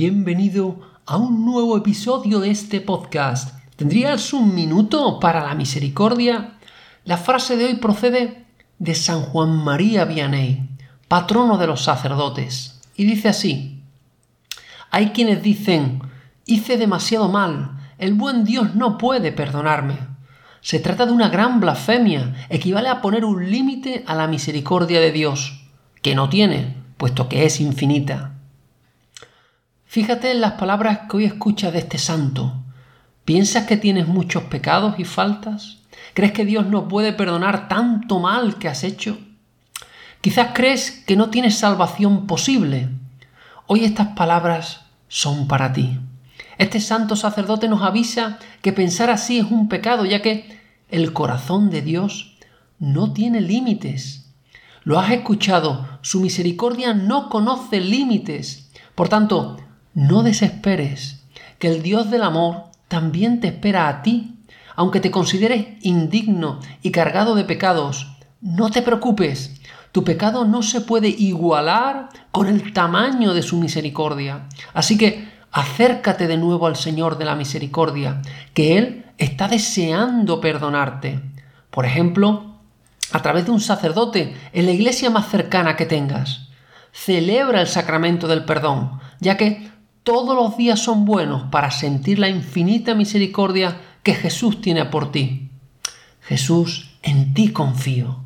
Bienvenido a un nuevo episodio de este podcast. ¿Tendrías un minuto para la misericordia? La frase de hoy procede de San Juan María Vianney, patrono de los sacerdotes, y dice así: hay quienes dicen, hice demasiado mal, el buen Dios no puede perdonarme. Se trata de una gran blasfemia, equivale a poner un límite a la misericordia de Dios, que no tiene, puesto que es infinita. Fíjate en las palabras que hoy escuchas de este santo. ¿Piensas que tienes muchos pecados y faltas? ¿Crees que Dios no puede perdonar tanto mal que has hecho? Quizás crees que no tienes salvación posible. Hoy estas palabras son para ti. Este santo sacerdote nos avisa que pensar así es un pecado, ya que el corazón de Dios no tiene límites. Lo has escuchado, su misericordia no conoce límites. Por tanto, no desesperes, que el Dios del amor también te espera a ti. Aunque te consideres indigno y cargado de pecados, no te preocupes. Tu pecado no se puede igualar con el tamaño de su misericordia. Así que acércate de nuevo al Señor de la misericordia, que Él está deseando perdonarte. Por ejemplo, a través de un sacerdote en la iglesia más cercana que tengas. Celebra el sacramento del perdón, ya que todos los días son buenos para sentir la infinita misericordia que Jesús tiene por ti. Jesús, en ti confío.